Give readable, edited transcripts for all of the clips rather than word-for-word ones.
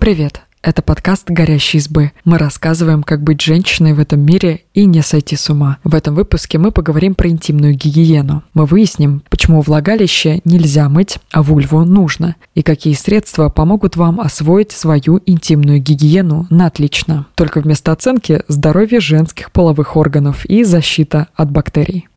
Привет! Это подкаст «Горящие избы». Мы рассказываем, как быть женщиной в этом мире и не сойти с ума. В этом выпуске мы поговорим про интимную гигиену. Мы выясним, почему влагалище нельзя мыть, а вульву нужно, и какие средства помогут вам освоить свою интимную гигиену на отлично. Только вместо оценки – здоровье женских половых органов и защита от бактерий.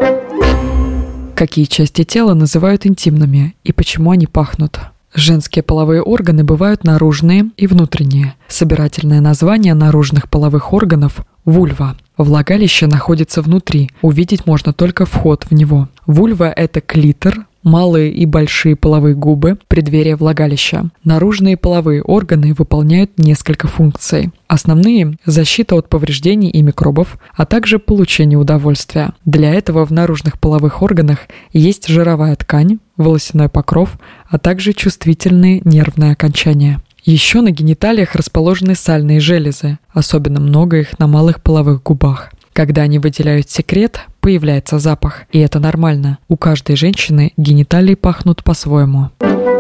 Какие части тела называют интимными и почему они пахнут? Женские половые органы бывают наружные и внутренние. Собирательное название наружных половых органов – вульва. Влагалище находится внутри, увидеть можно только вход в него. Вульва – это клитор, малые и большие половые губы, преддверие влагалища. Наружные половые органы выполняют несколько функций. Основные – защита от повреждений и микробов, а также получение удовольствия. Для этого в наружных половых органах есть жировая ткань, волосяной покров, а также чувствительные нервные окончания. Еще на гениталиях расположены сальные железы, особенно много их на малых половых губах. Когда они выделяют секрет, появляется запах, и это нормально. У каждой женщины гениталии пахнут по-своему.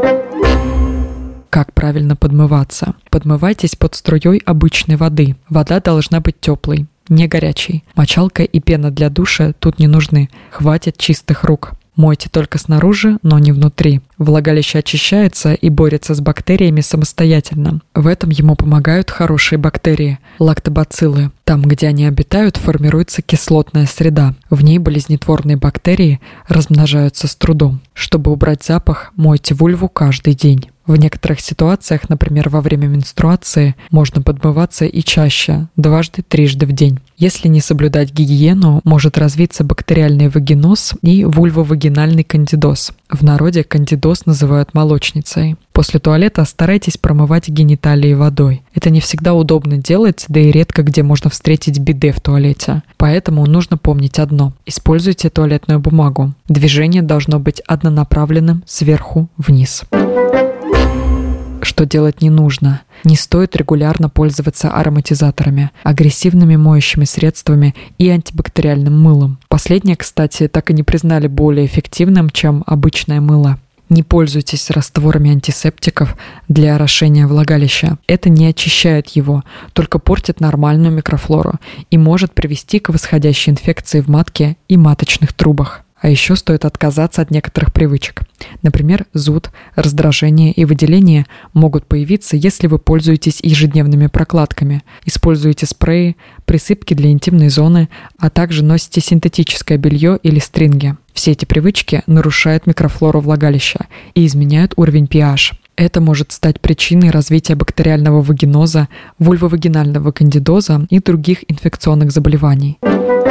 Как правильно подмываться? Подмывайтесь под струей обычной воды. Вода должна быть теплой, не горячей. Мочалка и пена для душа тут не нужны. Хватит чистых рук. Мойте только снаружи, но не внутри. Влагалище очищается и борется с бактериями самостоятельно. В этом ему помогают хорошие бактерии – лактобациллы. Там, где они обитают, формируется кислотная среда. В ней болезнетворные бактерии размножаются с трудом. Чтобы убрать запах, мойте вульву каждый день. В некоторых ситуациях, например, во время менструации, можно подмываться и чаще, дважды-трижды в день. Если не соблюдать гигиену, может развиться бактериальный вагиноз и вульвовагинальный кандидоз. В народе кандидоз называют молочницей. После туалета старайтесь промывать гениталии водой. Это не всегда удобно делать, да и редко где можно встретить биде в туалете. Поэтому нужно помнить одно. Используйте туалетную бумагу. Движение должно быть однонаправленным сверху вниз. Что делать не нужно? Не стоит регулярно пользоваться ароматизаторами, агрессивными моющими средствами и антибактериальным мылом. Последнее, кстати, так и не признали более эффективным, чем обычное мыло. Не пользуйтесь растворами антисептиков для орошения влагалища. Это не очищает его, только портит нормальную микрофлору и может привести к восходящей инфекции в матке и маточных трубах. А еще стоит отказаться от некоторых привычек. Например, зуд, раздражение и выделение могут появиться, если вы пользуетесь ежедневными прокладками, используете спреи, присыпки для интимной зоны, а также носите синтетическое белье или стринги. Все эти привычки нарушают микрофлору влагалища и изменяют уровень pH. Это может стать причиной развития бактериального вагиноза, вульвовагинального кандидоза и других инфекционных заболеваний.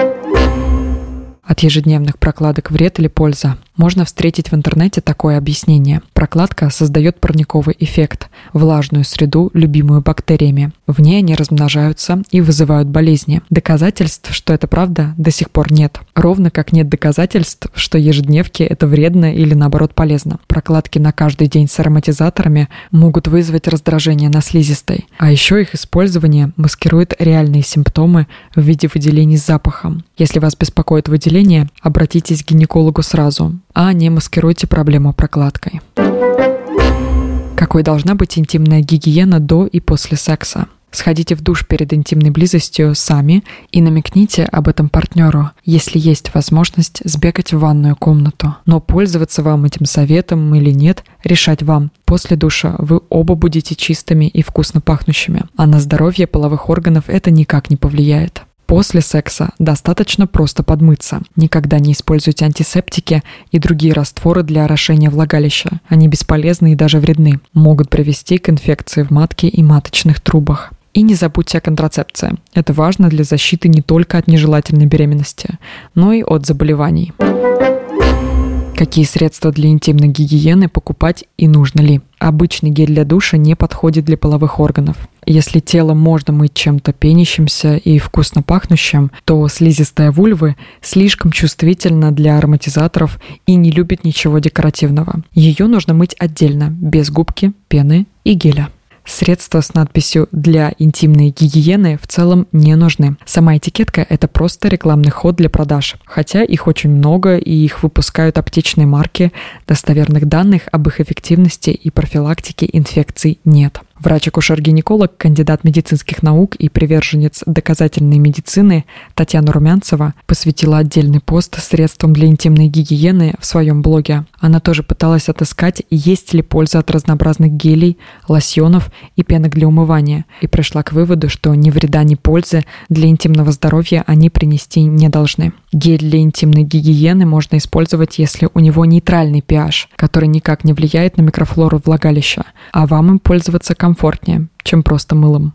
От ежедневных прокладок вред или польза? Можно встретить в интернете такое объяснение. Прокладка создает парниковый эффект, влажную среду, любимую бактериями. В ней они размножаются и вызывают болезни. Доказательств, что это правда, до сих пор нет. Ровно как нет доказательств, что ежедневки – это вредно или наоборот полезно. Прокладки на каждый день с ароматизаторами могут вызвать раздражение на слизистой. А еще их использование маскирует реальные симптомы в виде выделений с запахом. Если вас беспокоит выделение, обратитесь к гинекологу сразу, а не маскируйте проблему прокладкой. Какой должна быть интимная гигиена до и после секса? Сходите в душ перед интимной близостью сами и намекните об этом партнеру, если есть возможность сбегать в ванную комнату. Но пользоваться вам этим советом или нет, решать вам. После душа вы оба будете чистыми и вкусно пахнущими, а на здоровье половых органов это никак не повлияет. После секса достаточно просто подмыться. Никогда не используйте антисептики и другие растворы для орошения влагалища. Они бесполезны и даже вредны. Могут привести к инфекции в матке и маточных трубах. И не забудьте о контрацепции. Это важно для защиты не только от нежелательной беременности, но и от заболеваний. Какие средства для интимной гигиены покупать и нужно ли? Обычный гель для душа не подходит для половых органов. Если тело можно мыть чем-то пенящимся и вкусно пахнущим, то слизистая вульвы слишком чувствительна для ароматизаторов и не любит ничего декоративного. Ее нужно мыть отдельно, без губки, пены и геля. Средства с надписью «Для интимной гигиены» в целом не нужны. Сама этикетка – это просто рекламный ход для продаж. Хотя их очень много и их выпускают аптечные марки, достоверных данных об их эффективности и профилактике инфекций нет. Врач-акушер-гинеколог, кандидат медицинских наук и приверженец доказательной медицины Татьяна Румянцева посвятила отдельный пост средствам для интимной гигиены в своем блоге. Она тоже пыталась отыскать, есть ли польза от разнообразных гелей, лосьонов и пенок для умывания, и пришла к выводу, что ни вреда, ни пользы для интимного здоровья они принести не должны. Гель для интимной гигиены можно использовать, если у него нейтральный pH, который никак не влияет на микрофлору влагалища, а вам им пользоваться комфортнее, чем просто мылом.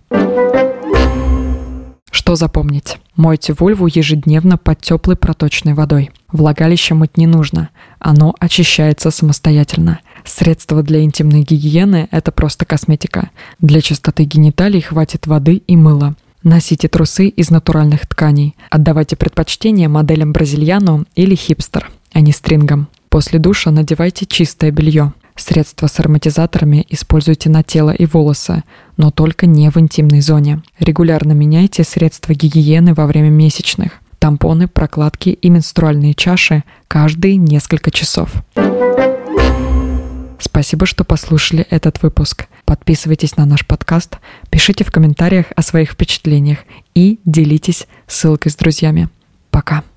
Что запомнить? Мойте вульву ежедневно под теплой проточной водой. Влагалище мыть не нужно, оно очищается самостоятельно. Средства для интимной гигиены – это просто косметика. Для чистоты гениталий хватит воды и мыла. Носите трусы из натуральных тканей. Отдавайте предпочтение моделям бразильяно или хипстер, а не стрингам. После душа надевайте чистое белье. Средства с ароматизаторами используйте на тело и волосы, но только не в интимной зоне. Регулярно меняйте средства гигиены во время месячных. Тампоны, прокладки и менструальные чаши каждые несколько часов. Спасибо, что послушали этот выпуск. Подписывайтесь на наш подкаст, пишите в комментариях о своих впечатлениях и делитесь ссылкой с друзьями. Пока!